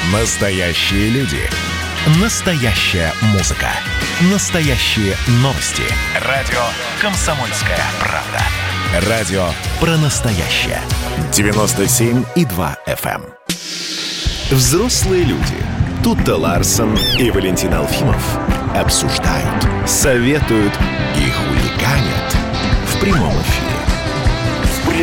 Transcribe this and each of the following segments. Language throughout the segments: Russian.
Настоящие люди. Настоящая музыка. Настоящие новости. Радио «Комсомольская правда». Радио про настоящее. 97,2 FM. Взрослые люди. Тутта Ларсон и Валентин Алфимов обсуждают, советуют и хулиганят в прямом эфире.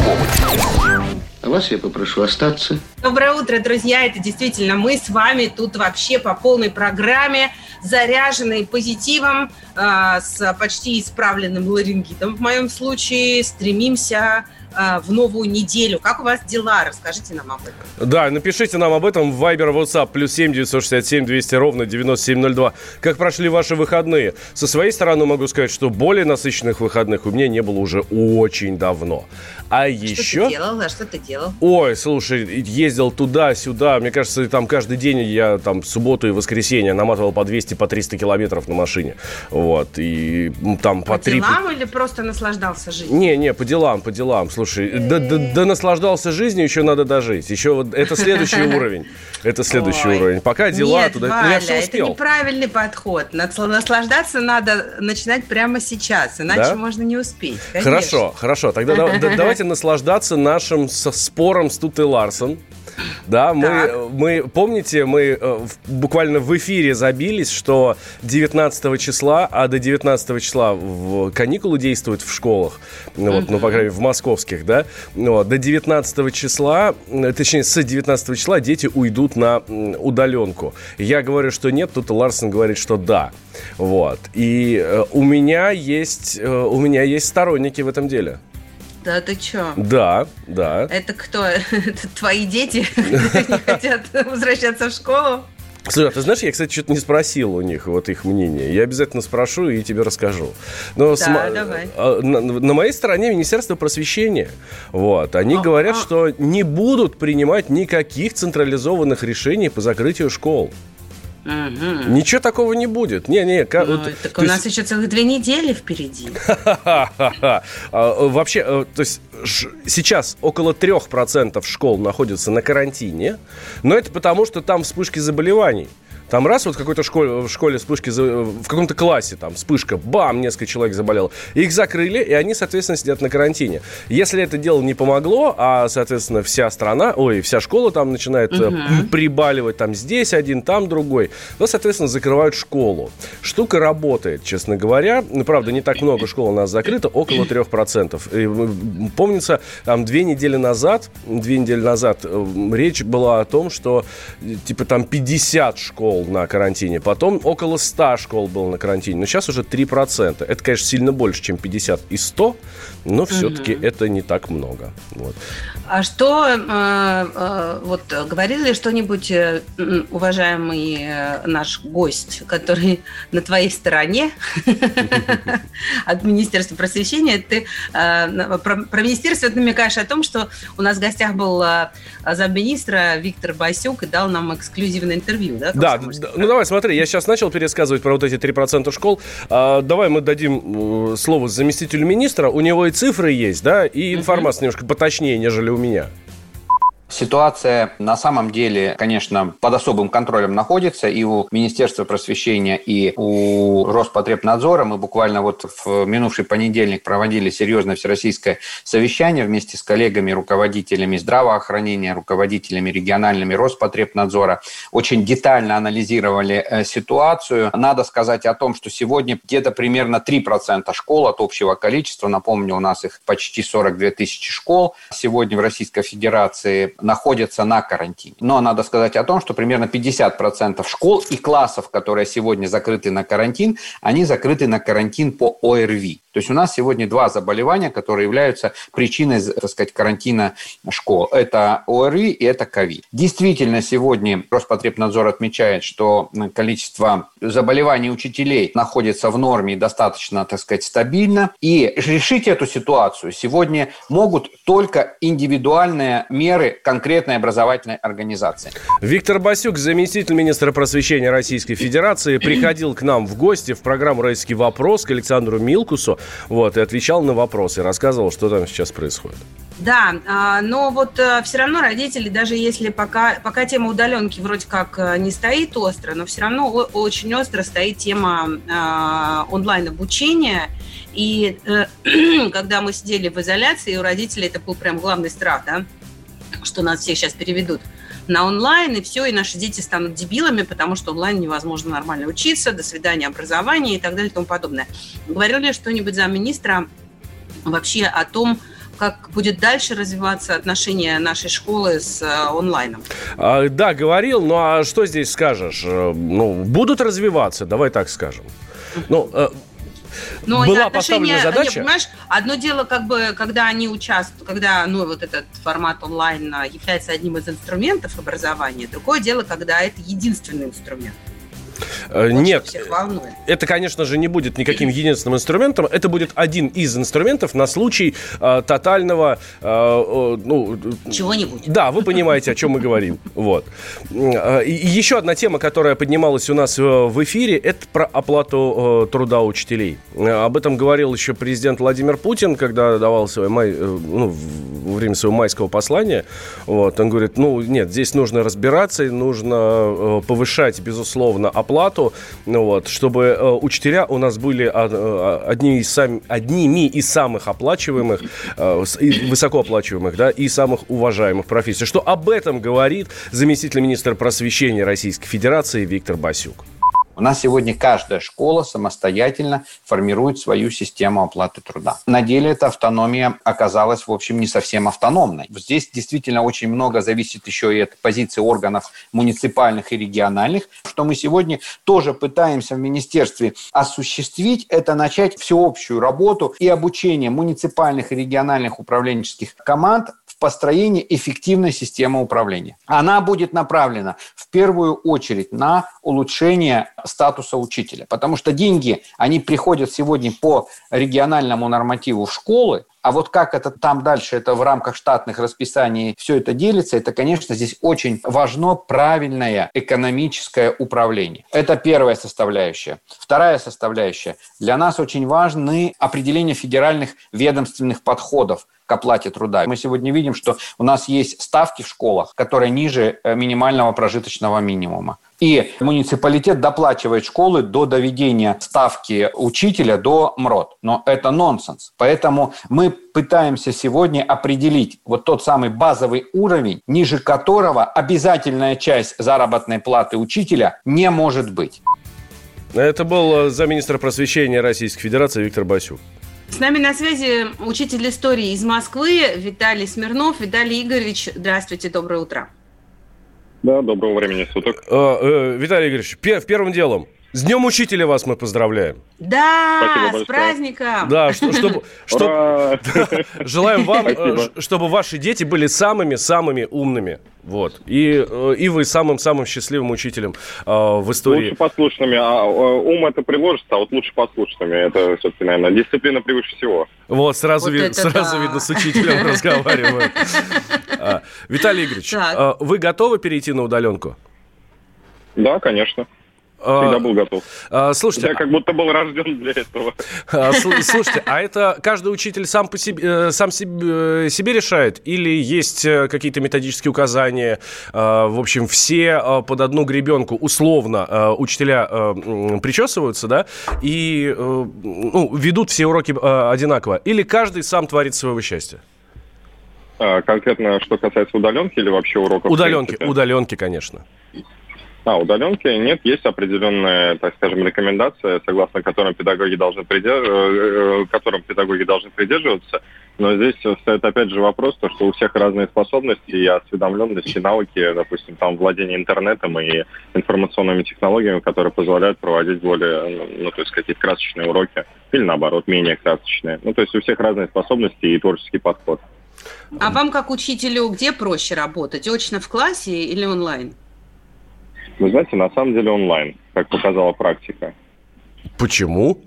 А вас я попрошу остаться. Доброе утро, друзья. Это действительно мы с вами тут вообще по полной программе, заряженные позитивом, с почти исправленным ларингитом в моем случае, стремимся в новую неделю. Как у вас дела? Расскажите нам об этом. Да, напишите нам об этом в Viber, WhatsApp, +7 967 200 ровно 9702. Как прошли ваши выходные? Со своей стороны могу сказать, что более насыщенных выходных у меня не было уже очень давно. А еще... Что ты делал? А что ты делал? Ой, слушай, ездил туда-сюда. Мне кажется, там каждый день я там в субботу и воскресенье наматывал по 200, по 300 километров на машине. Вот, и там по 3... По делам или просто наслаждался жизнью? Не, по делам. Слушай, да наслаждался жизнью, еще надо дожить. Еще вот это следующий уровень. Это следующий уровень. Пока дела нет, туда... Валя, я все успел. Это неправильный подход. Наслаждаться надо начинать прямо сейчас, иначе можно не успеть. Конечно. Хорошо. Тогда давайте наслаждаться нашим спором с Туттой Ларсон. Да, мы помните, мы буквально в эфире забились, что 19 числа, а до 19 числа каникулы действуют в школах, по крайней мере, в московских, да, до 19 числа, точнее, с 19 числа дети уйдут на удаленку. Я говорю, что нет, Тутта Ларсон говорит, что да. Вот. И у меня есть сторонники в этом деле. Да ты чё? Да. Это кто? Это твои дети, которые не хотят возвращаться в школу? Слушай, а ты знаешь, я, кстати, что-то не спросил у них вот их мнение. Я обязательно спрошу и тебе расскажу. Но давай. На моей стороне Министерство просвещения. Вот. Они говорят, что не будут принимать никаких централизованных решений по закрытию школ. Угу. Ничего такого не будет. Так у нас еще целых 2 недели впереди. Вообще, то есть сейчас около 3% школ находятся на карантине, но это потому, что там вспышки заболеваний. Там раз вот в какой-то в школе вспышки, в каком-то классе там вспышка, бам, несколько человек заболело. Их закрыли, и они, соответственно, сидят на карантине. Если это дело не помогло, а, соответственно, вся школа там начинает прибаливать, там здесь один, там другой, то, соответственно, закрывают школу. Штука работает, честно говоря. Правда, не так много школ у нас закрыто, около 3%. И, помнится, там 2 недели назад речь была о том, что типа там 50 школ на карантине. Потом около 100 школ было на карантине. Но сейчас уже 3%. Это, конечно, сильно больше, чем 50 и 100, но все-таки это не так много. Вот. А что, вот говорил ли что-нибудь уважаемый наш гость, который на твоей стороне от Министерства просвещения, ты про министерство намекаешь о том, что у нас в гостях был замминистра Виктор Басюк и дал нам эксклюзивное интервью, да? Да, ну давай, смотри, я сейчас начал пересказывать про вот эти 3% школ. Давай мы дадим слово заместителю министра. У него и цифры есть, да, и информация немножко поточнее, нежели у меня. Ситуация на самом деле, конечно, под особым контролем находится и у Министерства просвещения, и у Роспотребнадзора. Мы буквально вот в минувший понедельник проводили серьезное всероссийское совещание вместе с коллегами, руководителями здравоохранения, руководителями региональными Роспотребнадзора. Очень детально анализировали ситуацию. Надо сказать о том, что сегодня где-то примерно 3% школ от общего количества, напомню, у нас их почти 42 тысячи школ, сегодня в Российской Федерации находятся на карантине. Но надо сказать о том, что примерно 50% школ и классов, которые сегодня закрыты на карантин, они закрыты на карантин по ОРВИ. То есть у нас сегодня 2 заболевания, которые являются причиной, так сказать, карантина школ. Это ОРВИ и это ковид. Действительно, сегодня Роспотребнадзор отмечает, что количество заболеваний учителей находится в норме и достаточно, так сказать, стабильно. И решить эту ситуацию сегодня могут только индивидуальные меры конкретной образовательной организации. Виктор Басюк, заместитель министра просвещения Российской Федерации, приходил к нам в гости в программу «Российский вопрос» к Александру Милкусу. вот, и отвечал на вопросы, рассказывал, что там сейчас происходит. Да, но вот все равно родители, даже если пока тема удаленки вроде как не стоит остро, но все равно очень остро стоит тема онлайн-обучения. И когда мы сидели в изоляции, у родителей это был прям главный страх, да, что нас всех сейчас переведут на онлайн, и все, и наши дети станут дебилами, потому что онлайн невозможно нормально учиться, до свидания, образование и так далее и тому подобное. Говорил ли что-нибудь замминистра вообще о том, как будет дальше развиваться отношение нашей школы с онлайном? Да, говорил, ну а что здесь скажешь? Ну, будут развиваться, давай так скажем. Но была поставлена задача. Нет, понимаешь, одно дело, как бы, когда они участвуют, когда вот этот формат онлайн является одним из инструментов образования, другое дело, когда это единственный инструмент. Нет, это, конечно же, не будет никаким единственным инструментом. Это будет один из инструментов на случай тотального... чего-нибудь. Да, вы понимаете, о чем мы говорим. Вот. И еще одна тема, которая поднималась у нас в эфире, это про оплату труда учителей. Об этом говорил еще президент Владимир Путин, когда давал во время своего майского послания. Вот, он говорит, нет, здесь нужно разбираться, нужно повышать, безусловно, оплату, чтобы учителя у нас были одними из самых оплачиваемых, высокооплачиваемых, да, и самых уважаемых профессий. Что об этом говорит заместитель министра просвещения Российской Федерации Виктор Басюк. У нас сегодня каждая школа самостоятельно формирует свою систему оплаты труда. На деле эта автономия оказалась, в общем, не совсем автономной. Здесь действительно очень много зависит еще и от позиции органов муниципальных и региональных. Что мы сегодня тоже пытаемся в министерстве осуществить, это начать всеобщую работу и обучение муниципальных и региональных управленческих команд в построении эффективной системы управления. Она будет направлена в первую очередь на улучшение статуса учителя, потому что деньги, они приходят сегодня по региональному нормативу в школы, а вот как это там дальше, это в рамках штатных расписаний все это делится, это, конечно, здесь очень важно правильное экономическое управление. Это первая составляющая. Вторая составляющая. Для нас очень важны определения федеральных ведомственных подходов к оплате труда. Мы сегодня видим, что у нас есть ставки в школах, которые ниже минимального прожиточного минимума. И муниципалитет доплачивает школы до доведения ставки учителя до МРОТ. Но это нонсенс. Поэтому мы пытаемся сегодня определить вот тот самый базовый уровень, ниже которого обязательная часть заработной платы учителя не может быть. Это был замминистра просвещения Российской Федерации Виктор Басюк. С нами на связи учитель истории из Москвы Виталий Смирнов. Виталий Игоревич, здравствуйте, доброе утро. Да, доброго времени суток. Виталий Игоревич, первым делом, с Днем Учителя вас мы поздравляем. Да, с праздником. Да, желаем вам, чтобы ваши дети были самыми умными. Вот. И вы самым счастливым учителем в истории. Лучше послушными, а ум это приложится, а вот лучше послушными. Это все-таки, наверное, дисциплина превыше всего. Вот, сразу видно, с учителем разговаривают. Виталий Игоревич, вы готовы перейти на удаленку? Да, конечно. Всегда был готов. Слушайте, я как будто был рожден для этого. Слушайте, а это каждый учитель сам себе решает? Или есть какие-то методические указания? В общем, все под одну гребенку условно учителя причесываются, да? И ведут все уроки одинаково? Или каждый сам творит своего счастья? Конкретно, что касается удаленки или вообще уроков? Удаленки, конечно. Удаленки нет, есть определенная, так скажем, рекомендация, согласно которым педагоги должны придерживаться. Но здесь встает опять же вопрос, что у всех разные способности и осведомленности, науки, допустим, там владение интернетом и информационными технологиями, которые позволяют проводить более, какие-то красочные уроки или наоборот, менее красочные. То есть у всех разные способности и творческий подход. А вам как учителю где проще работать? Очно в классе или онлайн? Вы знаете, на самом деле онлайн, как показала практика. Почему?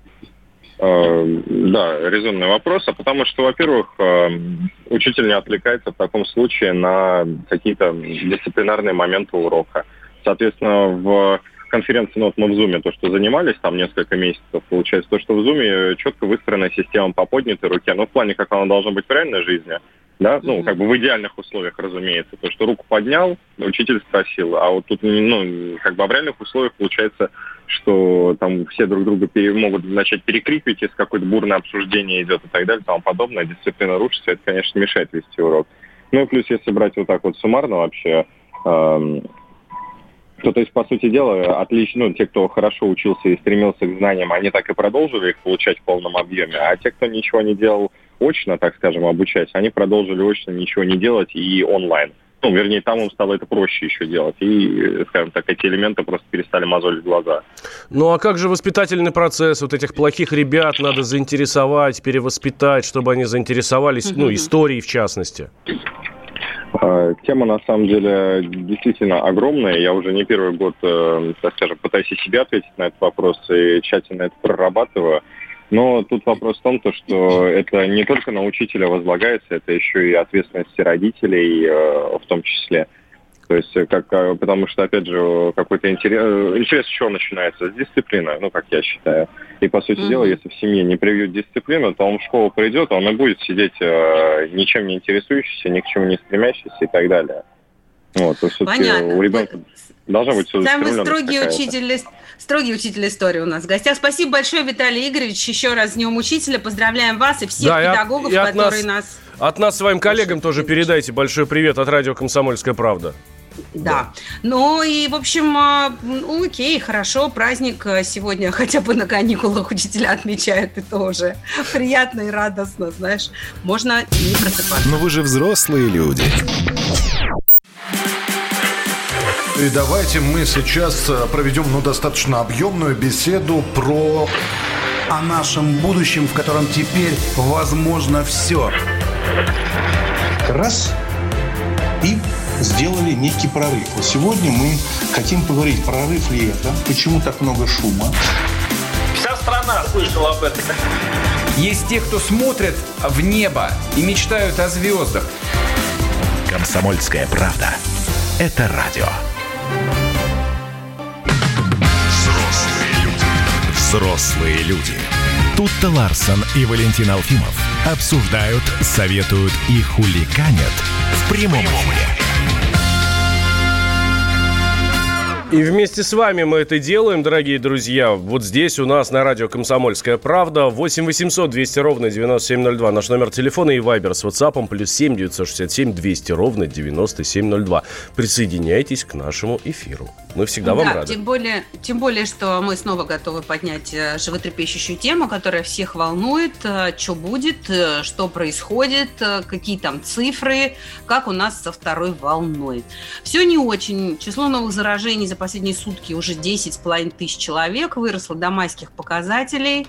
Да, резонный вопрос. Потому что, во-первых, учитель не отвлекается в таком случае на какие-то дисциплинарные моменты урока. Соответственно, в конференции, ну, вот мы в Zoom то, что занимались там несколько месяцев, получается, то, что в Zoom четко выстроена система по поднятой руке, но в плане, как она должна быть в реальной жизни, да, ну, как бы в идеальных условиях, разумеется, то, что руку поднял, учитель спросил, а вот тут, ну, как бы в реальных условиях получается, что там все друг друга могут начать перекрикивать, если какое-то бурное обсуждение идет и так далее, и тому подобное, дисциплина рушится, это, конечно, мешает вести урок. Ну, плюс, если брать вот так вот суммарно вообще, то есть, по сути дела, отлично, ну, те, кто хорошо учился и стремился к знаниям, они так и продолжили их получать в полном объеме, а те, кто ничего не делал очно, так скажем, обучаясь, они продолжили очно ничего не делать и онлайн. Ну, вернее, там им стало это проще еще делать. И, скажем так, эти элементы просто перестали мозолить глаза. Ну, а как же воспитательный процесс? Вот этих плохих ребят надо заинтересовать, перевоспитать, чтобы они заинтересовались, ну, историей в частности. Тема, на самом деле, действительно огромная. Я уже не первый год, так скажем, пытаюсь и себе ответить на этот вопрос и тщательно это прорабатываю. Но тут вопрос в том, что это не только на учителя возлагается, это еще и ответственность родителей в том числе. То есть, потому что, опять же, какой-то интерес с чего начинается? С дисциплины, ну, как я считаю. И, по сути дела, если в семье не привьют дисциплину, то он в школу придет, он и будет сидеть ничем не интересующийся, ни к чему не стремящийся и так далее. Вот, то есть, все-таки у ребенка должна быть самый строгий учитель истории у нас в гостях. Спасибо большое, Виталий Игоревич. Еще раз с Днем Учителя. Поздравляем вас и всех педагогов, которые нас... От нас своим коллегам тоже передайте большой привет от радио «Комсомольская правда». Да. Ну и, в общем, окей, хорошо, праздник сегодня хотя бы на каникулах учителя отмечают, и тоже приятно и радостно, знаешь. Можно не просыпаться. Но вы же взрослые люди. И давайте мы сейчас проведем, достаточно объемную беседу о нашем будущем, в котором теперь возможно все. Раз и сделали некий прорыв. Вот сегодня мы хотим поговорить, прорыв ли это, почему так много шума. Вся страна слышала об этом. Есть те, кто смотрят в небо и мечтают о звездах. «Комсомольская правда» — это радио. Взрослые люди. Тут-то Ларсон и Валентин Алфимов обсуждают, советуют и хулиганят в прямом эфире. И вместе с вами мы это делаем, дорогие друзья. Вот здесь у нас на радио «Комсомольская правда». 8 800 200 ровно 9702. Наш номер телефона и вайбер с WhatsApp +7 967 200 ровно 9702. Присоединяйтесь к нашему эфиру. Мы всегда вам рады. Тем более, что мы снова готовы поднять животрепещущую тему, которая всех волнует. Что будет, что происходит, какие там цифры, как у нас со второй волной. Все не очень. Число новых заражений за последние сутки уже 10,5 тысяч человек, выросло до майских показателей.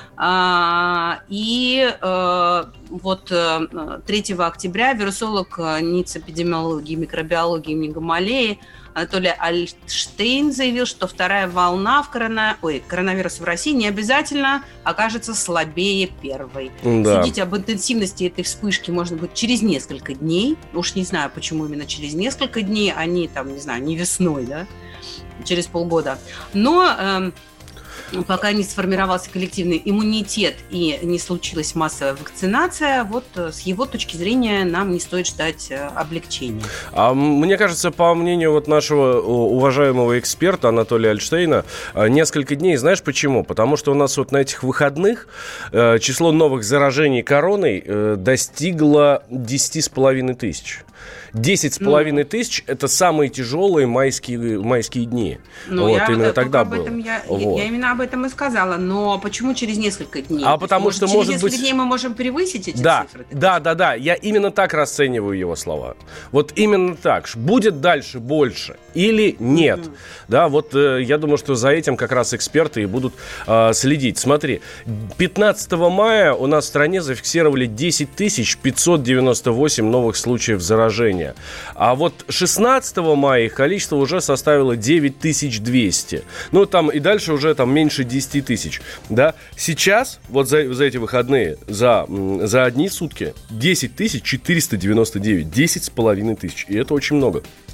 И вот 3 октября вирусолог НИЦ эпидемиологии, микробиологии имени Гамалеи Анатолий Альштейн заявил, что вторая волна коронавируса в России не обязательно окажется слабее первой. Да. Судить об интенсивности этой вспышки можно будет через несколько дней. Уж не знаю, почему именно через несколько дней, а не не весной, да, через полгода. Но пока не сформировался коллективный иммунитет и не случилась массовая вакцинация, вот с его точки зрения нам не стоит ждать облегчения. А мне кажется, по мнению вот нашего уважаемого эксперта Анатолия Альштейна, несколько дней. Знаешь почему? Потому что у нас вот на этих выходных число новых заражений короной достигло 10,5 тысяч. 10,5 тысяч – это самые тяжелые майские дни. Именно тогда было. Я именно об этом и сказала. Но почему через несколько дней? Потому что, может быть... Через несколько дней мы можем превысить эти цифры? Да. Я именно так расцениваю его слова. Вот именно так. Будет дальше больше или нет? Да, вот я думаю, что за этим как раз эксперты и будут следить. Смотри, 15 мая у нас в стране зафиксировали 10 598 новых случаев заражения. А вот 16 мая их количество уже составило 9200. Там и дальше уже меньше 10 тысяч. Да? Сейчас, вот за эти выходные, за одни сутки 10 499, 10,5 тысяч. И это очень много.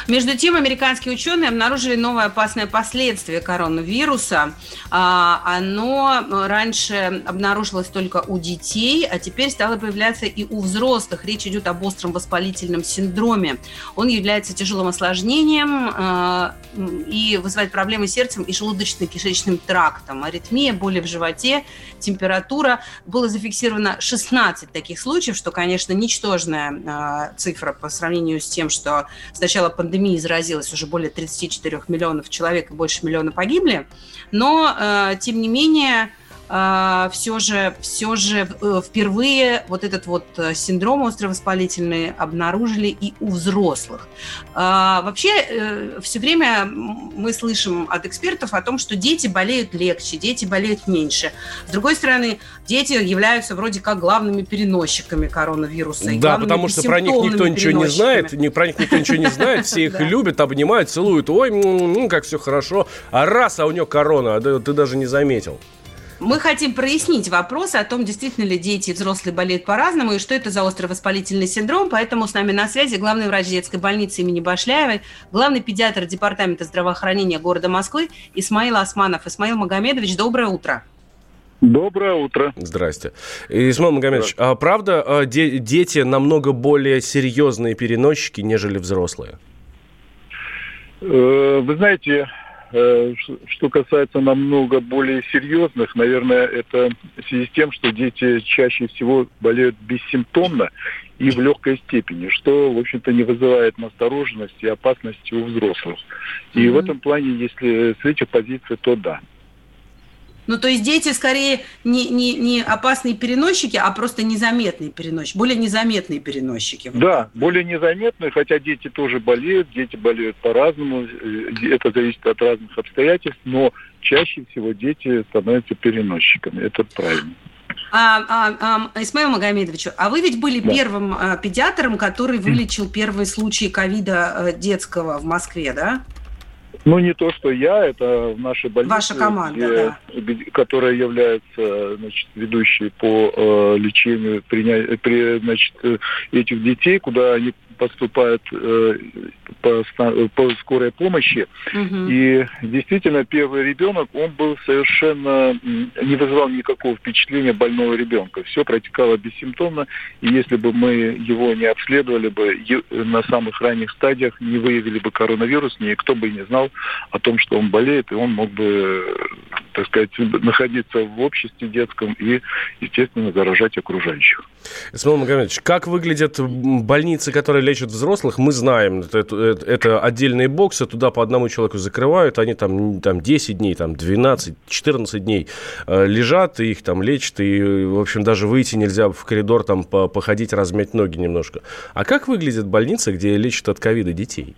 Между тем, американские ученые обнаружили новое опасное последствие коронавируса. Оно раньше обнаружилось только у детей, а теперь стало появляться и у взрослых. Речь идет об остром воспалительном синдроме. Он является тяжелым осложнением и вызывает проблемы с сердцем и желудочно-кишечным трактом. Аритмия, боли в животе, температура. Было зафиксировано 16 таких случаев, что, конечно, ничтожная цифра по сравнению с тем, что с начала пандемии заразилось уже более 34 миллионов человек и больше миллиона погибли. Но, тем не менее, все же впервые вот этот вот синдром островоспалительный обнаружили и у взрослых. Вообще, все время мы слышим от экспертов о том, что дети болеют легче, дети болеют меньше. С другой стороны, дети являются вроде как главными переносчиками коронавируса. Да, потому что про них никто ничего не знает, все их любят, обнимают, целуют. Ой, как все хорошо. А у него корона, ты даже не заметил. Мы хотим прояснить вопрос о том, действительно ли дети и взрослые болеют по-разному, и что это за островоспалительный синдром. Поэтому с нами на связи главный врач детской больницы имени Башляевой, главный педиатр Департамента здравоохранения города Москвы Исмаил Османов. Исмаил Магомедович, доброе утро. Доброе утро. Здрасте. Исмаил Магомедович, правда, дети намного более серьезные переносчики, нежели взрослые? Вы знаете, что касается намного более серьезных, наверное, это в связи с тем, что дети чаще всего болеют бессимптомно и в легкой степени, что, в общем-то, не вызывает настороженности и опасности у взрослых. И в этом плане, если с этих позиций, то да. Ну, то есть дети скорее не опасные переносчики, а просто незаметные переносчики, более незаметные переносчики. Да, более незаметные, хотя дети тоже болеют, дети болеют по-разному, это зависит от разных обстоятельств, но чаще всего дети становятся переносчиками, это правильно. Исмаил Магомедович, а вы ведь были первым педиатром, который вылечил первый случай ковида детского в Москве, да? Ну, не то, что я, это в нашей больнице, ваша команда, которая является, значит, ведущей по лечению этих детей, куда они поступают по скорой помощи. И действительно, первый ребенок, он был совершенно, не вызывал никакого впечатления больного ребенка. Все протекало бессимптомно, и если бы мы его не обследовали бы на самых ранних стадиях, не выявили бы коронавирус, никто бы не знал о том, что он болеет, и он мог бы, так сказать, находиться в обществе детском и, естественно, заражать окружающих. Исмаил Магомедович, как выглядят больницы, которые лечат взрослых, мы знаем. Это отдельные боксы, туда по одному человеку закрывают, они там 10 дней, 12, 14 дней лежат, и их там лечат, и, в общем, даже выйти нельзя в коридор, там походить, размять ноги немножко. А как выглядят больницы, где лечат от ковида детей?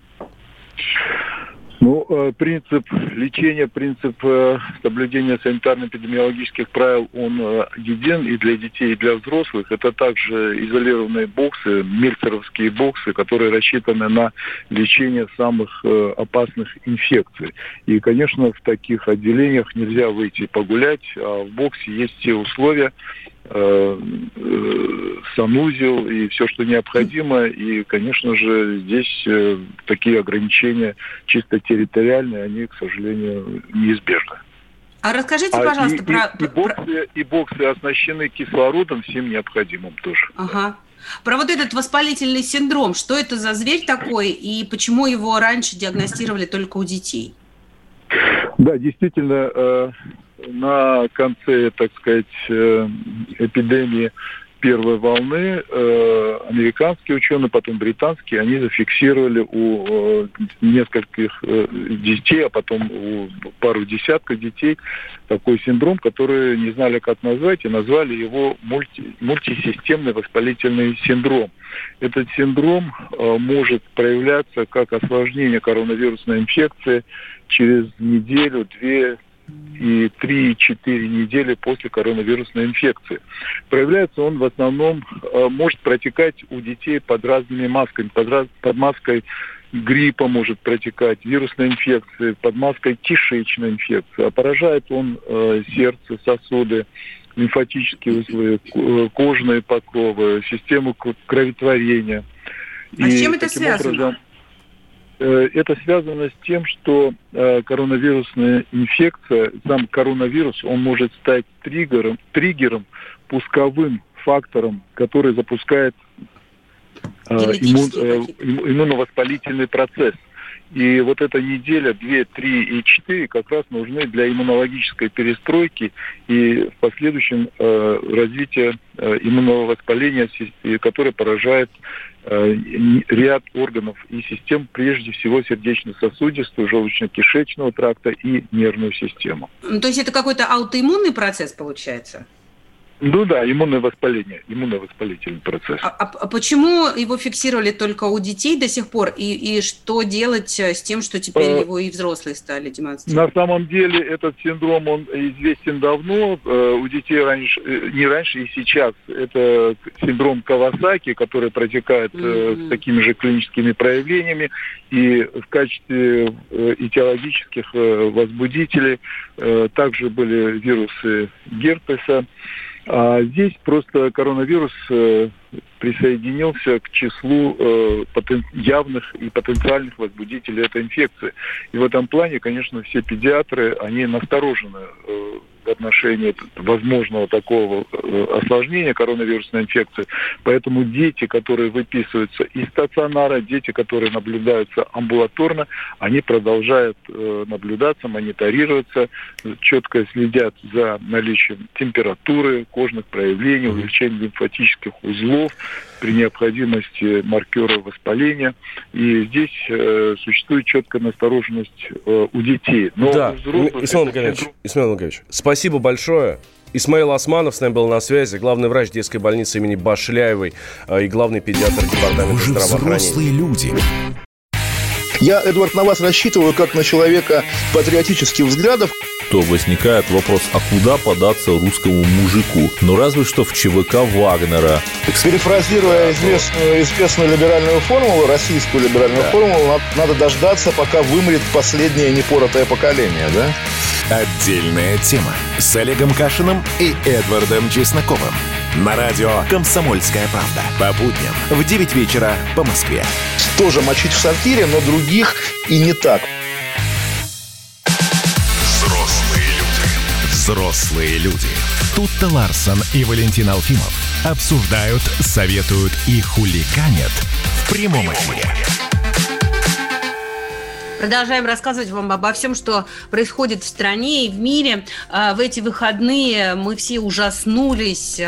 Ну, принцип лечения, принцип соблюдения санитарно-эпидемиологических правил, он един и для детей, и для взрослых. Это также изолированные боксы, мельцеровские боксы, которые рассчитаны на лечение самых опасных инфекций. И, конечно, в таких отделениях нельзя выйти погулять, а в боксе есть все условия, санузел и все, что необходимо. И, конечно же, здесь такие ограничения чисто территориальные, они, к сожалению, неизбежны. А расскажите, пожалуйста, и боксы оснащены кислородом всем необходимым тоже. Ага. Про вот этот воспалительный синдром, что это за зверь такой и почему его раньше диагностировали только у детей? Да, действительно, на конце, так сказать, эпидемии первой волны американские ученые, потом британские, они зафиксировали у нескольких детей, а потом у пару десятков детей такой синдром, который не знали, как назвать, и назвали его мультисистемный воспалительный синдром. Этот синдром может проявляться как осложнение коронавирусной инфекции через неделю, 2 и 3-4 недели после коронавирусной инфекции. Проявляется он в основном, может протекать у детей под разными масками. Под маской гриппа может протекать, вирусной инфекции, под маской кишечной инфекции. А поражает он сердце, сосуды, лимфатические узлы, кожные покровы, систему кроветворения. А с чем это связано? это связано с тем, что коронавирусная инфекция, сам коронавирус, он может стать триггером, пусковым фактором, который запускает иммуновоспалительный процесс. И вот эта неделя, 2, 3 и 4 как раз нужны для иммунологической перестройки и в последующем развития иммунного воспаления, которое поражает ряд органов и систем, прежде всего сердечно-сосудистую, желудочно-кишечного тракта и нервную систему. То есть это какой-то аутоиммунный процесс получается? Ну да, иммуновоспалительный процесс. А почему его фиксировали только у детей до сих пор? И что делать с тем, что теперь его и взрослые стали демонстрировать? На самом деле этот синдром, он известен давно. У детей не раньше и сейчас. Это синдром Кавасаки, который протекает с такими же клиническими проявлениями. И в качестве этиологических возбудителей также были вирусы герпеса. А здесь просто коронавирус присоединился к числу явных и потенциальных возбудителей этой инфекции. И в этом плане, конечно, все педиатры, они насторожены в отношении возможного такого осложнения коронавирусной инфекции. Поэтому дети, которые выписываются из стационара, дети, которые наблюдаются амбулаторно, они продолжают наблюдаться, мониторироваться, четко следят за наличием температуры, кожных проявлений, увеличением лимфатических узлов, при необходимости маркеров воспаления. И здесь существует четкая настороженность у детей. Но да, у взрослых... Исмаил Лугович, спасибо большое. Исмаил Османов с нами был на связи, главный врач детской больницы имени Башляевой и главный педиатр департамента здравоохранения. Взрослые люди. Я, Эдвард, на вас рассчитываю как на человека патриотических взглядов. То возникает вопрос, а куда податься русскому мужику? Ну, разве что в ЧВК Вагнера. Перефразируя известную либеральную формулу, российскую либеральную формулу, надо дождаться, пока вымрет последнее непоротое поколение, да? Отдельная тема с Олегом Кашиным и Эдвардом Чесноковым. На радио «Комсомольская правда». По будням в 9 вечера по Москве. Тоже мочить в сортире, но других и не так. Взрослые люди. Тут-то Ларсон и Валентин Алфимов обсуждают, советуют и хулиганят в прямом эфире. Продолжаем рассказывать вам обо всем, что происходит в стране и в мире. В эти выходные мы все ужаснулись,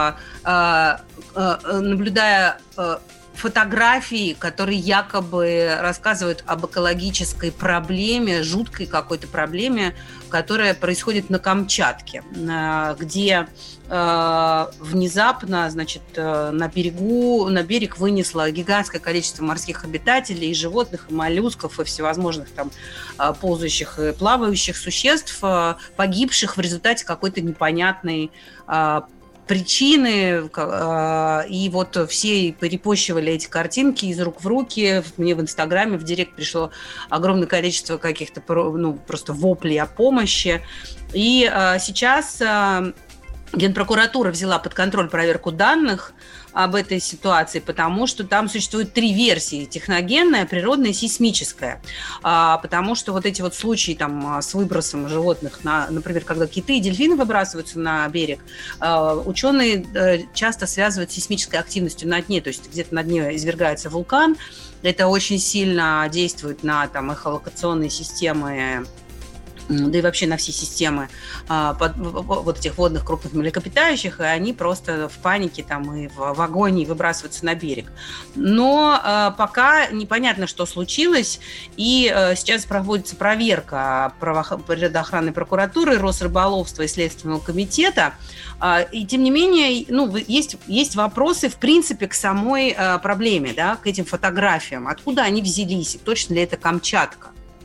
наблюдая фотографии, которые якобы рассказывают об экологической проблеме, жуткой какой-то проблеме, которая происходит на Камчатке, где внезапно, значит, на берег вынесло гигантское количество морских обитателей, и животных, и моллюсков, и всевозможных там ползающих и плавающих существ, погибших в результате какой-то непонятной причины, и вот все перепощивали эти картинки из рук в руки. Мне в Инстаграме, в директ пришло огромное количество каких-то просто воплей о помощи. И сейчас Генпрокуратура взяла под контроль проверку данных об этой ситуации, потому что там существует 3 версии: техногенная, природная и сейсмическая. Потому что вот эти вот случаи там с выбросом животных, например, когда киты и дельфины выбрасываются на берег, ученые часто связывают с сейсмической активностью на дне, то есть где-то на дне извергается вулкан. Это очень сильно действует на там эхолокационные системы, да и вообще на все системы вот этих водных крупных млекопитающих, и они просто в панике там и в агонии выбрасываются на берег. Но пока непонятно, что случилось, и сейчас проводится проверка природоохранной прокуратуры, Росрыболовства и Следственного комитета, и тем не менее, есть вопросы, в принципе, к самой проблеме, да, к этим фотографиям. Откуда они взялись, и точно ли это Камчатка?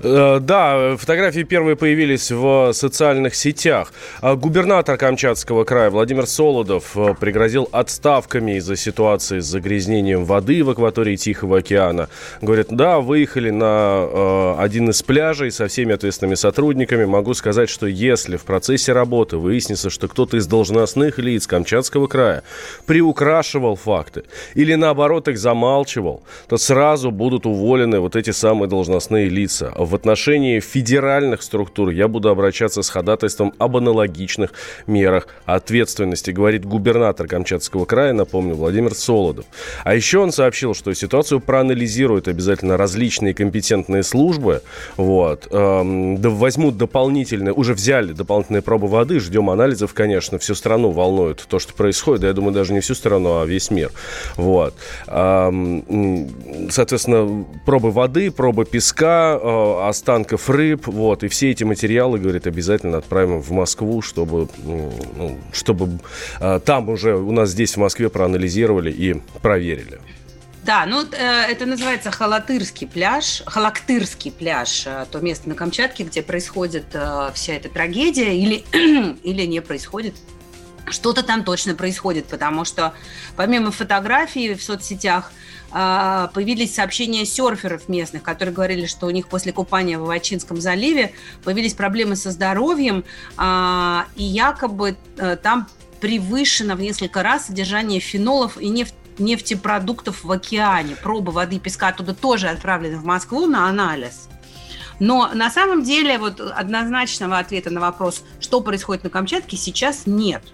Да, фотографии первые появились в социальных сетях. Губернатор Камчатского края Владимир Солодов пригрозил отставками из-за ситуации с загрязнением воды в акватории Тихого океана. Говорит, да, выехали на один из пляжей со всеми ответственными сотрудниками. Могу сказать, что если в процессе работы выяснится, что кто-то из должностных лиц Камчатского края приукрашивал факты или наоборот их замалчивал, то сразу будут уволены вот эти самые должностные лица. В отношении федеральных структур я буду обращаться с ходатайством об аналогичных мерах ответственности, говорит губернатор Камчатского края, напомню, Владимир Солодов. А еще он сообщил, что ситуацию проанализируют обязательно различные компетентные службы. Вот. Возьмут дополнительные, уже взяли дополнительные пробы воды, ждем анализов, конечно, всю страну волнует то, что происходит. Да, я думаю, даже не всю страну, а весь мир. Вот. Соответственно, пробы воды, пробы песка, останков рыб, вот, и все эти материалы, говорит, обязательно отправим в Москву, чтобы там уже у нас здесь в Москве проанализировали и проверили. Да, ну это называется Халактырский пляж, то место на Камчатке, где происходит вся эта трагедия или не происходит. Что-то там точно происходит, потому что помимо фотографий в соцсетях появились сообщения серферов местных, которые говорили, что у них после купания в Авачинском заливе появились проблемы со здоровьем, и якобы там превышено в несколько раз содержание фенолов и нефтепродуктов в океане. Пробы воды и песка оттуда тоже отправлены в Москву на анализ. Но на самом деле вот однозначного ответа на вопрос, что происходит на Камчатке, сейчас нет.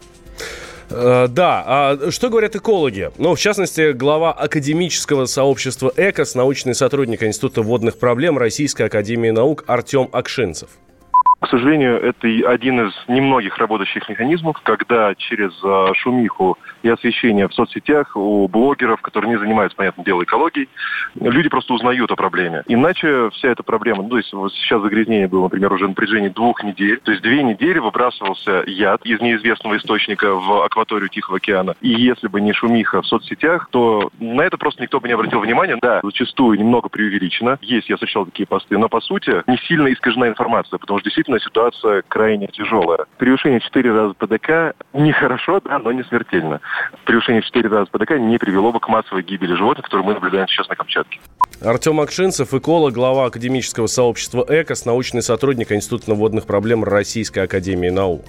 Да, а что говорят экологи? Ну, в частности, глава академического сообщества ЭКОС, научный сотрудник Института водных проблем Российской академии наук Артем Акшинцев. К сожалению, это один из немногих работающих механизмов, когда через шумиху и освещение в соцсетях у блогеров, которые не занимаются, понятное дело, экологией, люди просто узнают о проблеме. Иначе вся эта проблема, то есть вот сейчас загрязнение было, например, уже на протяжении 2 недель, то есть 2 недели выбрасывался яд из неизвестного источника в акваторию Тихого океана. И если бы не шумиха в соцсетях, то на это просто никто бы не обратил внимания. Да, зачастую немного преувеличено. Есть, я встречал такие посты, но по сути не сильно искажена информация, потому что действительно ситуация крайне тяжелая. Превышение 4 раза ПДК нехорошо, да, но не смертельно. Превышение в 4 раза ПДК не привело бы к массовой гибели животных, которые мы наблюдаем сейчас на Камчатке. Артем Акшинцев, эколог, глава академического сообщества ЭКОС, научный сотрудник Института водных проблем Российской академии наук.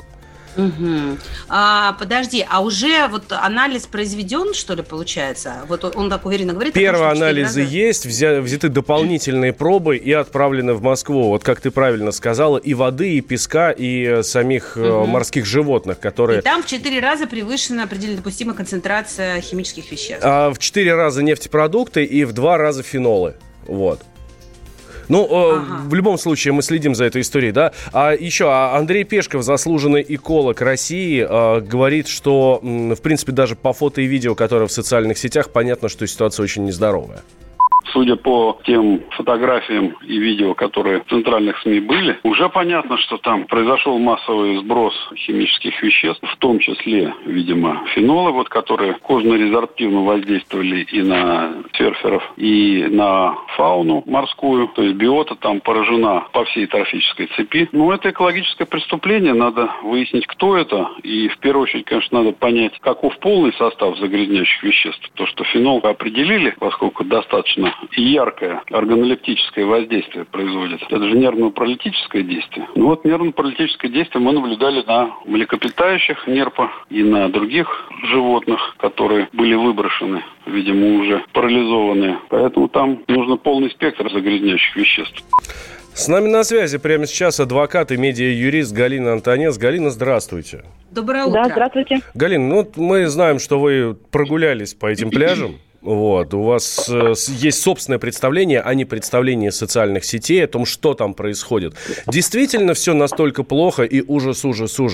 Угу. Подожди, а уже вот анализ произведен, что ли, получается? Вот он так уверенно говорит. Первые анализы есть, взяты дополнительные пробы и отправлены в Москву. Вот как ты правильно сказала, и воды, и песка, и самих морских животных, которые... И там в 4 раза превышена предельно допустимая концентрация химических веществ. В 4 раза нефтепродукты и в 2 раза фенолы. Вот. Ну, в любом случае, мы следим за этой историей, да. А еще Андрей Пешков, заслуженный эколог России, говорит, что, в принципе, даже по фото и видео, которые в социальных сетях, понятно, что ситуация очень нездоровая. Судя по тем фотографиям и видео, которые в центральных СМИ были, уже понятно, что там произошел массовый сброс химических веществ, в том числе, видимо, фенолы, вот, которые кожно-резорптивно воздействовали и на серферов, и на фауну морскую. То есть биота там поражена по всей трофической цепи. Но это экологическое преступление, надо выяснить, кто это. И в первую очередь, конечно, надо понять, каков полный состав загрязняющих веществ. То, что фенол определили, поскольку достаточно и яркое органолептическое воздействие производит. Это же нервно-паралитическое действие. Ну вот нервно-паралитическое действие мы наблюдали на млекопитающих нерпа и на других животных, которые были выброшены, видимо, уже парализованные. Поэтому там нужно полный спектр загрязняющих веществ. С нами на связи прямо сейчас адвокат и медиа-юрист Галина Антонец. Галина, здравствуйте. Доброе утро. Да, здравствуйте. Галина, ну мы знаем, что вы прогулялись по этим пляжам. Вот, у вас есть собственное представление, а не представление социальных сетей о том, что там происходит. Действительно все настолько плохо и ужас.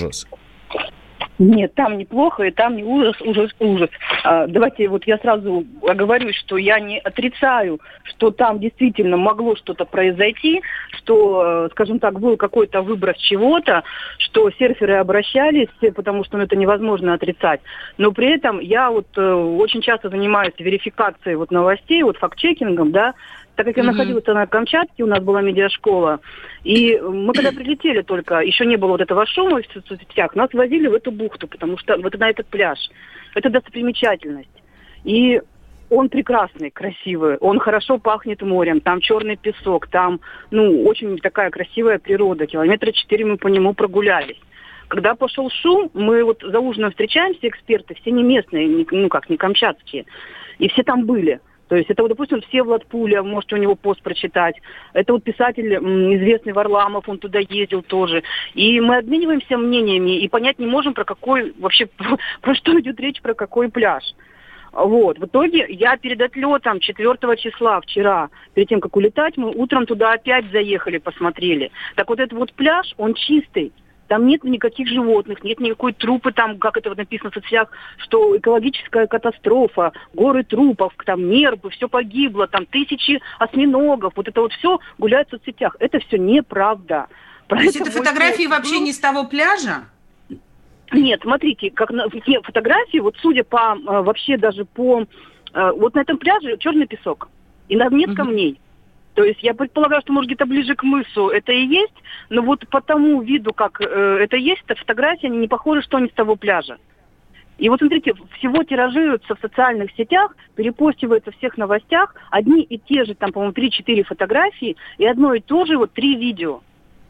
Нет, там неплохо, и там не ужас. Давайте вот я сразу оговорюсь, что я не отрицаю, что там действительно могло что-то произойти, что, скажем так, был какой-то выброс чего-то, что серферы обращались, потому что это невозможно отрицать. Но при этом я вот очень часто занимаюсь верификацией вот новостей, вот факт-чекингом, да, так как я находилась на Камчатке, у нас была медиашкола, и мы когда прилетели только, еще не было вот этого шума в соцсетях, нас возили в эту бухту, потому что вот на этот пляж. Это достопримечательность. И он прекрасный, красивый, он хорошо пахнет морем, там черный песок, там, очень такая красивая природа. 4 километра мы по нему прогулялись. Когда пошел шум, мы вот за ужином встречаемся, эксперты, все не местные, не камчатские, и все там были. То есть это, вот, допустим, Всеволод Пуля, можете у него пост прочитать. Это вот писатель известный Варламов, он туда ездил тоже. И мы обмениваемся мнениями и понять не можем, про какой вообще, про что идет речь, про какой пляж. Вот. В итоге я перед отлетом 4 числа вчера, перед тем, как улетать, мы утром туда опять заехали, посмотрели. Так вот этот вот пляж, он чистый. Там нет никаких животных, нет никакой трупы, там, как это вот написано в соцсетях, что экологическая катастрофа, горы трупов, там нервы, все погибло, там тысячи осьминогов. Вот это вот все гуляет в соцсетях. Это все неправда. То есть это фотографии вообще не с того пляжа? Нет, смотрите, как на все фотографии, вот судя по, вообще даже по, вот на этом пляже черный песок, и нет камней. То есть я предполагаю, что, может, где-то ближе к мысу это и есть, но вот по тому виду, как это есть, эта фотография, они не похожи, что они с того пляжа. И вот смотрите, всего тиражируется в социальных сетях, перепостивается в всех новостях, одни и те же, там, по-моему, 3-4 фотографии, и одно и то же, вот 3 видео.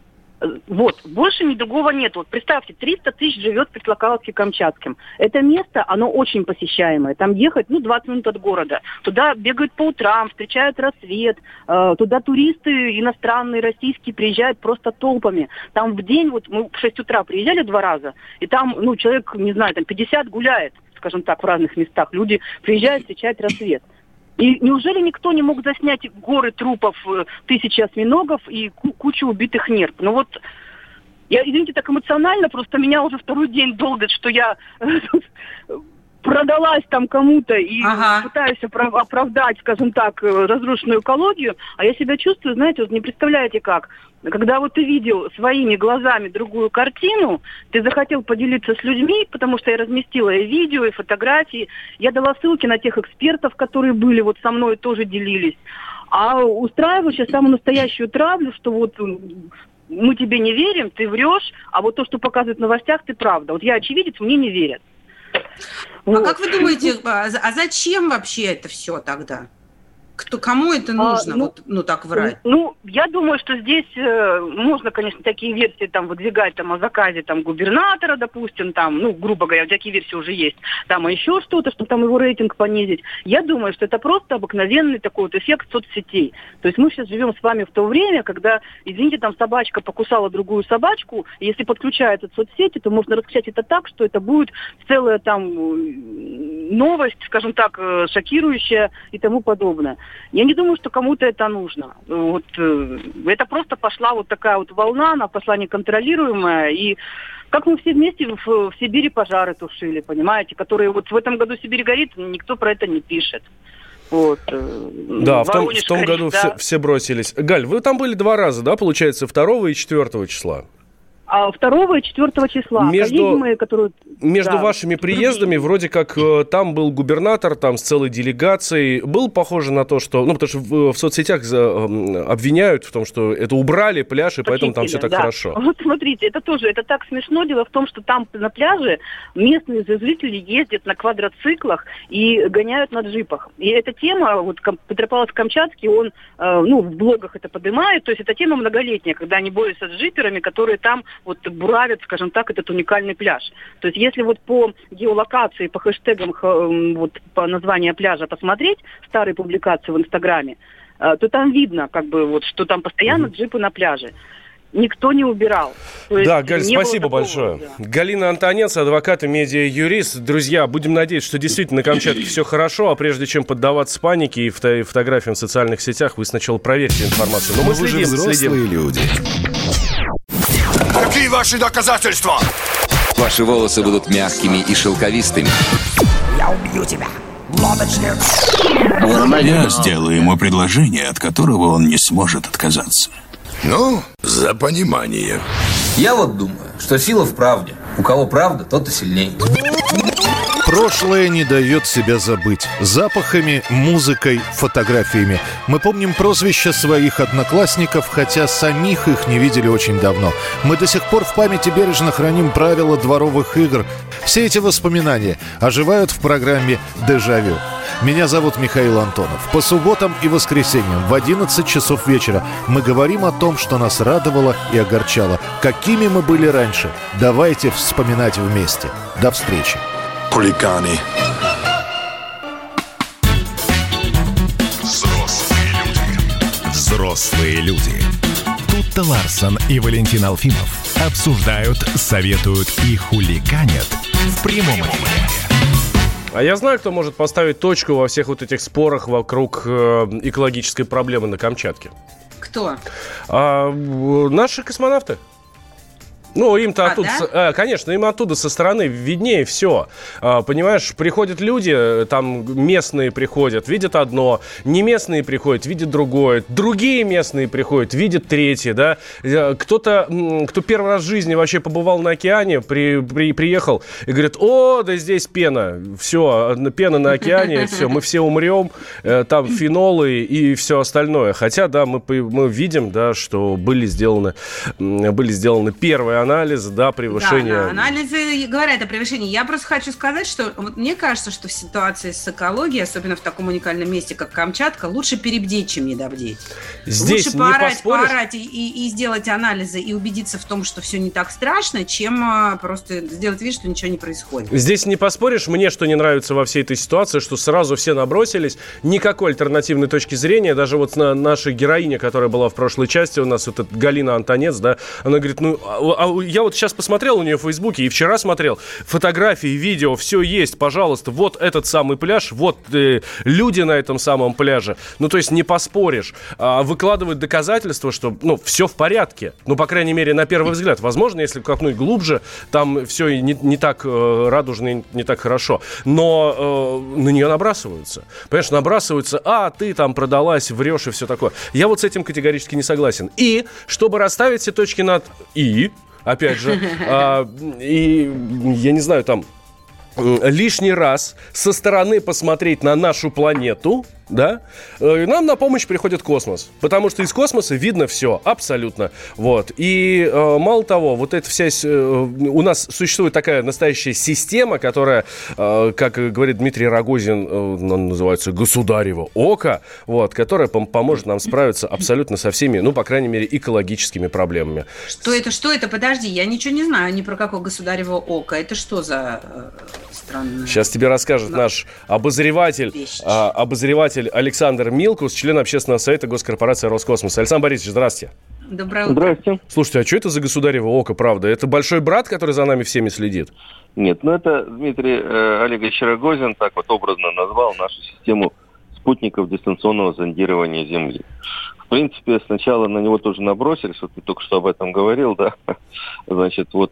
Вот, больше ни другого нет. Вот представьте, 300 тысяч живет в Петропавловске-Камчатском. Это место, оно очень посещаемое. Там ехать, 20 минут от города. Туда бегают по утрам, встречают рассвет. Туда туристы иностранные, российские приезжают просто толпами. Там в день, вот мы в 6 утра приезжали 2 раза, и там, человек, не знаю, там 50 гуляет, скажем так, в разных местах. Люди приезжают встречать рассвет. И неужели никто не мог заснять горы трупов, тысячи осьминогов и кучу убитых нерв? Я, извините, так эмоционально, просто меня уже второй день долбит, что я продалась там кому-то и пытаюсь оправдать, скажем так, разрушенную экологию, а я себя чувствую, знаете, вот не представляете как. Когда вот ты видел своими глазами другую картину, ты захотел поделиться с людьми, потому что я разместила и видео, и фотографии, я дала ссылки на тех экспертов, которые были, вот со мной тоже делились, а устраиваю сейчас самую настоящую травлю, что вот мы тебе не верим, ты врешь, а вот то, что показывают в новостях, ты правда. Вот я очевидец, мне не верят. А как вы думаете, а зачем вообще это все тогда? Кому это нужно, так врать? Я думаю, что здесь можно, конечно, такие версии там выдвигать там, о заказе там, губернатора, допустим, там, грубо говоря, такие версии уже есть, там, а еще что-то, чтобы там его рейтинг понизить. Я думаю, что это просто обыкновенный такой вот эффект соцсетей. То есть мы сейчас живем с вами в то время, когда, извините, там собачка покусала другую собачку, и если подключается к соцсети, то можно раскричать это так, что это будет целая там новость, скажем так, шокирующая и тому подобное. Я не думаю, что кому-то это нужно. Вот, это просто пошла вот такая вот волна, она пошла неконтролируемая. И как мы все вместе в Сибири пожары тушили, понимаете, которые вот в этом году Сибирь горит, никто про это не пишет. Вот. Да, в том году все бросились. Галь, вы там были 2 раза, да, получается, 2 и 4 числа? 2 и 4 числа. Между вашими приездами вроде как там был губернатор, там с целой делегацией. Было похоже на то, что... потому что в соцсетях обвиняют в том, что это убрали пляж, и поэтому там все так хорошо. Вот смотрите, это так смешно. Дело в том, что там на пляже местные жители ездят на квадроциклах и гоняют на джипах. И эта тема, вот Петропавловск-Камчатский, он в блогах это поднимает, то есть это тема многолетняя, когда они борются с джиперами, которые там вот буравят, скажем так, этот уникальный пляж. То есть если вот по геолокации, по хэштегам, вот по названию пляжа посмотреть, старые публикации в Инстаграме, то там видно, как бы, вот, что там постоянно джипы на пляже. Никто не убирал. Да, Галь, спасибо большое. Да. Галина Антонец, адвокат и медиа-юрист. Друзья, будем надеяться, что действительно на Камчатке все хорошо, а прежде чем поддаваться панике и фотографиям в социальных сетях, вы сначала проверьте информацию. Но мы следим, взрослые люди. Какие ваши доказательства? Ваши волосы будут мягкими и шелковистыми. Я убью тебя, лодочник. Я сделаю ему предложение, от которого он не сможет отказаться. За понимание. Я вот думаю, что сила в правде. У кого правда, тот и сильнее. Прошлое не дает себя забыть. Запахами, музыкой, фотографиями. Мы помним прозвища своих одноклассников, хотя самих их не видели очень давно. Мы до сих пор в памяти бережно храним правила дворовых игр. Все эти воспоминания оживают в программе «Дежавю». Меня зовут Михаил Антонов. По субботам и воскресеньям в 11 часов вечера мы говорим о том, что нас радовало и огорчало. Какими мы были раньше. Давайте вспоминать вместе. До встречи. Хулиганы. Взрослые люди. Тут-то Ларсон и Валентин Алфимов обсуждают, советуют и хулиганят в прямом эфире. А я знаю, кто может поставить точку во всех вот этих спорах вокруг экологической проблемы на Камчатке. Кто? Наши космонавты. Ну, им-то оттуда, да? Конечно, им оттуда со стороны виднее все. Понимаешь, приходят люди, там местные приходят, видят одно, не местные приходят, видят другое, другие местные приходят, видят третье, да. Кто-то, кто первый раз в жизни вообще побывал на океане, приехал и говорит: о, да здесь пена, все, пена на океане, все, мы все умрем, там фенолы и все остальное. Хотя, да, мы видим, да, что были сделаны первые анализы, да, превышение. Да, анализы говорят о превышении. Я просто хочу сказать, что вот мне кажется, что в ситуации с экологией, особенно в таком уникальном месте, как Камчатка, лучше перебдеть, чем недобдеть. Здесь лучше поорать и сделать анализы и убедиться в том, что все не так страшно, чем просто сделать вид, что ничего не происходит. Здесь не поспоришь. Мне что не нравится во всей этой ситуации, что сразу все набросились. Никакой альтернативной точки зрения. Даже вот наша героиня, которая была в прошлой части у нас, вот эта Галина Антонец, да, она говорит: я вот сейчас посмотрел у нее в Фейсбуке и вчера смотрел фотографии, видео, все есть, пожалуйста, вот этот самый пляж, вот люди на этом самом пляже. Ну, то есть не поспоришь. Выкладывают доказательства, что, ну, все в порядке. Ну, по крайней мере, на первый взгляд. Возможно, если копнуть глубже, там все не так радужно, не так хорошо. Но на нее набрасываются. Понимаешь, набрасываются: ты там продалась, врешь и все такое. Я вот с этим категорически не согласен. И, чтобы расставить все точки над «и», опять же, и, я не знаю, там, лишний раз со стороны посмотреть на нашу планету, да, нам на помощь приходит космос, потому что из космоса видно все, абсолютно, вот, и мало того, вот эта вся, у нас существует такая настоящая система, которая, как говорит Дмитрий Рогозин, называется «Государево око», вот, которая поможет нам справиться абсолютно со всеми, ну, по крайней мере, экологическими проблемами. Что это? Подожди, я ничего не знаю ни про какое «Государево око». Это что за странное? Сейчас тебе расскажет наш обозреватель Александр Милкус, член общественного совета госкорпорации «Роскосмос». Александр Борисович, здравствуйте. Доброе утро. Здравствуйте. Слушайте, а что это за государево око, правда? Это большой брат, который за нами всеми следит? Нет, это Дмитрий Олегович Рогозин так вот образно назвал нашу систему спутников дистанционного зондирования Земли. В принципе, сначала на него тоже набросились, вот ты только что об этом говорил, да. Значит, вот...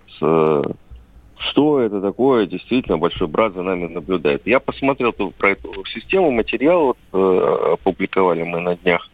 Что это такое? Действительно, большой брат за нами наблюдает. Я посмотрел про эту систему, материал опубликовали мы на днях,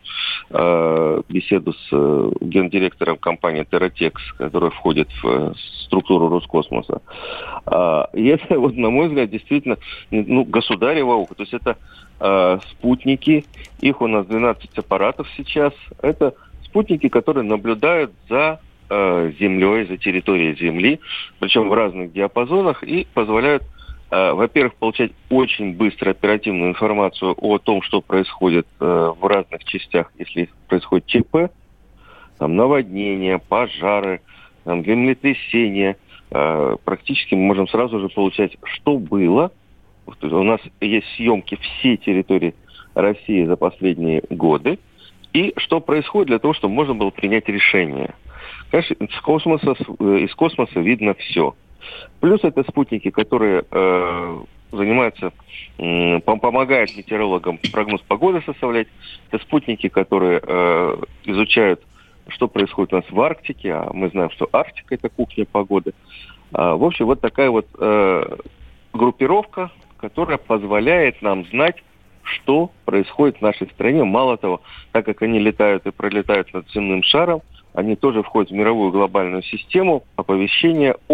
беседу с гендиректором компании Терратекс, которая входит в структуру Роскосмоса. И это, вот, на мой взгляд, действительно, государево око. То есть это спутники, их у нас 12 аппаратов сейчас. Это спутники, которые наблюдают за Землей, за территорией Земли, причем в разных диапазонах, и позволяют, во-первых, получать очень быстро оперативную информацию о том, что происходит в разных частях, если происходит ЧП, там, наводнения, пожары, там, землетрясения. Практически мы можем сразу же получать, что было. У нас есть съемки всей территории России за последние годы, и что происходит для того, чтобы можно было принять решение. Конечно, из космоса видно все. Плюс это спутники, которые занимаются, помогают метеорологам прогноз погоды составлять. Это спутники, которые изучают, что происходит у нас в Арктике, а мы знаем, что Арктика – это кухня погоды. В общем, вот такая вот группировка, которая позволяет нам знать, что происходит в нашей стране. Мало того, так как они летают и пролетают над земным шаром, они тоже входят в мировую глобальную систему оповещения о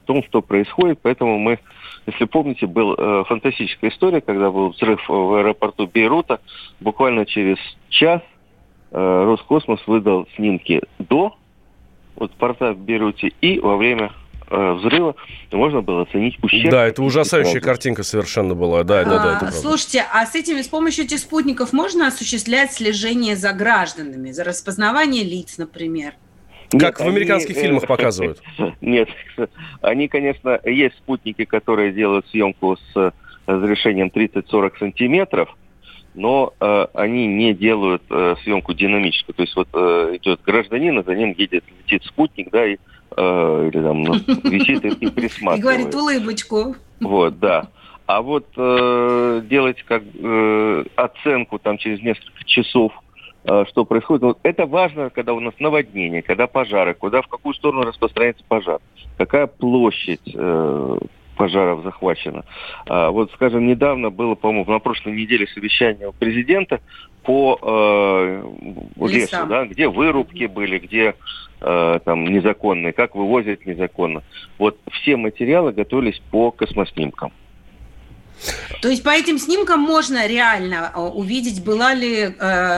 том, что происходит. Поэтому мы, если помните, была фантастическая история, когда был взрыв в аэропорту Бейрута. Буквально через час Роскосмос выдал снимки до порта в Бейруте и во время взрыва, можно было оценить ущерб. Да, это ужасающая картинка совершенно была. Да, это слушайте, а с помощью этих спутников можно осуществлять слежение за гражданами, за распознавание лиц, например? Как в американских фильмах показывают. Нет, они, конечно, есть спутники, которые делают съемку с разрешением 30-40 сантиметров, но они не делают съемку динамическую. То есть идет гражданин, а за ним летит спутник, да, и или там висит и присматривает. И говорит улыбочку. Да. А делать оценку там через несколько часов, что происходит. Это важно, когда у нас наводнение, когда пожары, в какую сторону распространяется пожар, какая площадь пожаров захвачена. Скажем, недавно было, по-моему, на прошлой неделе совещание у президента по лесу, да, где вырубки были, где там незаконные, как вывозят незаконно. Все материалы готовились по космоснимкам. То есть по этим снимкам можно реально увидеть, был ли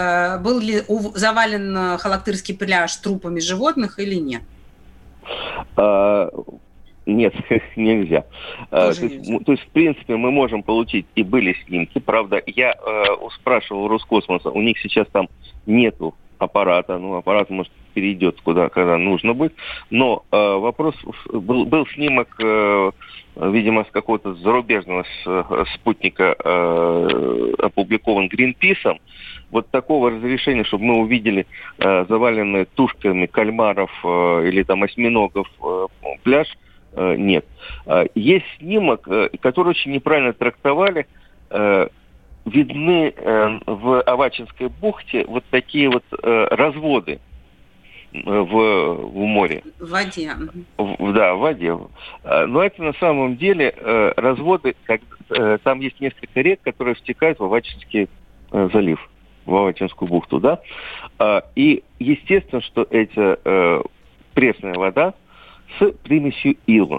завален Халактырский пляж трупами животных или нет? Нет, нельзя. То есть, в принципе, мы можем получить, и были снимки. Правда, я спрашивал у Роскосмоса, у них сейчас там нету аппарата. Аппарат, может, перейдет когда нужно будет. Но вопрос, был снимок, видимо, с какого-то зарубежного спутника, опубликован Гринписом. Такого разрешения, чтобы мы увидели заваленные тушками кальмаров или там осьминогов пляж, нет. Есть снимок, который очень неправильно трактовали. Видны в Авачинской бухте такие разводы в море. В воде. В воде. Но это на самом деле разводы, там есть несколько рек, которые втекают в Авачинский залив, в Авачинскую бухту, да. И естественно, что эта пресная вода с примесью ила.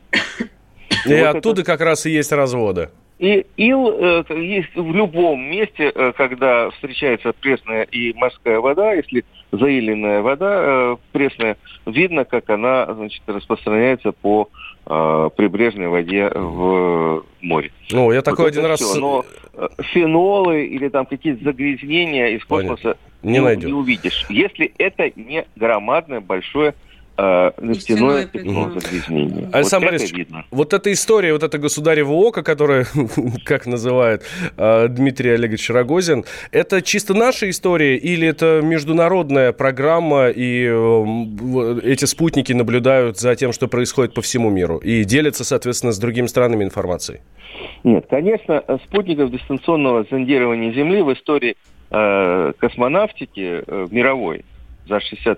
И оттуда как раз и есть разводы. И ил есть в любом месте, когда встречается пресная и морская вода, если заиленная вода пресная, видно, как она, распространяется по прибрежной воде в море. Я такой один раз... Но фенолы или там какие-то загрязнения из космоса не увидишь, если это не громадное большое нефтяное пятно загрязнения. Александр Борисович, эта история, это государево око, которое, как называет Дмитрий Олегович Рогозин, это чисто наша история или это международная программа, и эти спутники наблюдают за тем, что происходит по всему миру, и делятся, соответственно, с другими странами информацией? Нет, конечно, спутников дистанционного зондирования Земли в истории космонавтики мировой за 60,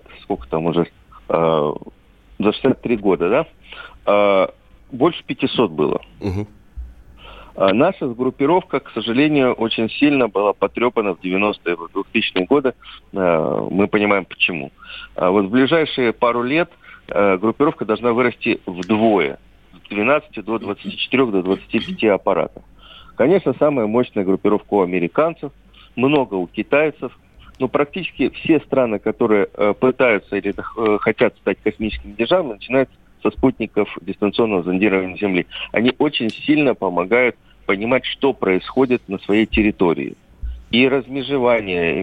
за 63 года, да, больше 500 было. Угу. Наша группировка, к сожалению, очень сильно была потрепана в 90-е, 2000-е годы. Мы понимаем, почему. В ближайшие пару лет группировка должна вырасти вдвое. С 12 до 24, до 25 аппаратов. Конечно, самая мощная группировка у американцев, много у китайцев. Но практически все страны, которые пытаются или хотят стать космическими державами, начинают со спутников дистанционного зондирования Земли. Они очень сильно помогают понимать, что происходит на своей территории. И размежевание,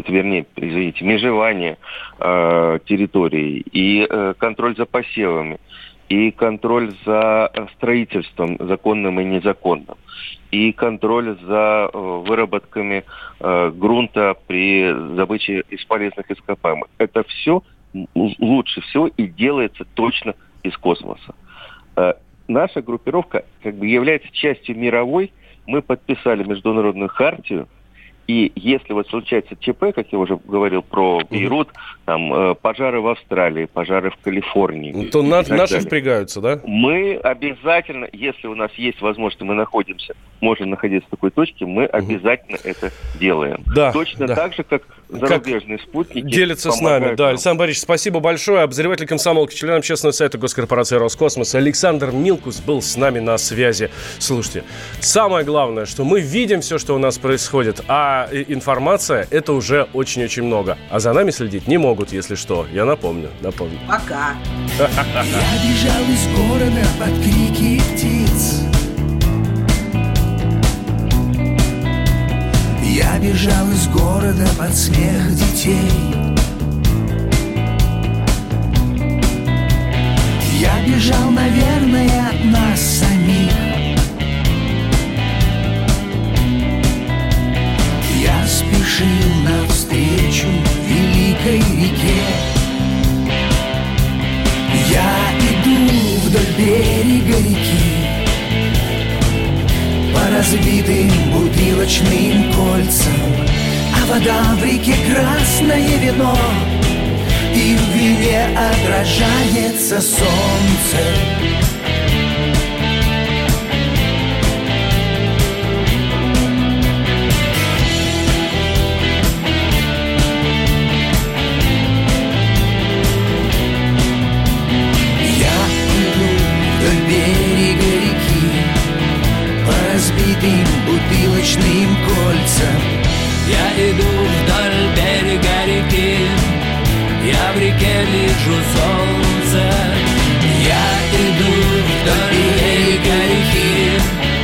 межевание территории, и контроль за посевами, и контроль за строительством законным и незаконным, и контроль за выработками грунта при добыче из полезных ископаемых. Это все лучше всего и делается точно из космоса. Наша группировка является частью мировой. Мы подписали международную хартию. И если случается ЧП, как я уже говорил про Бейрут, там пожары в Австралии, пожары в Калифорнии. То наши впрягаются, да? Мы обязательно, если у нас есть возможность, мы можем находиться в такой точке, мы обязательно это делаем. Да, точно так же, как зарубежные спутники делятся с нами. Да, Александр Борисович, спасибо большое. Обозреватель комсомолки, член общественного совета госкорпорации «Роскосмос» Александр Милкус был с нами на связи. Слушайте, самое главное, что мы видим все, что у нас происходит, а информация — это уже очень-очень много. А за нами следить не могут, если что. Я напомню. Пока. Я бежал из города под крики птиц. Я бежал из города под смех детей. Я бежал, наверное, от нас самих. Я спешил навстречу великой реке. Я иду вдоль берега реки по разбитым бутылочным кольцам, а вода в реке красное вино, и в вине отражается солнце. Разбитым бутылочным кольцам. Я иду вдоль берега реки, я в реке вижу солнце. Я иду вдоль берега реки.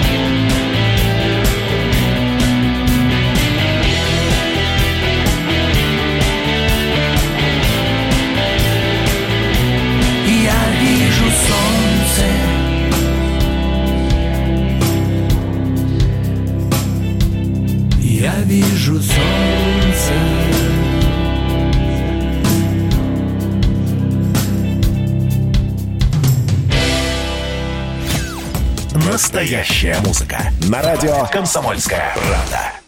Я вижу солнце. Я вижу солнце. Настоящая музыка. На радио «Комсомольская правда».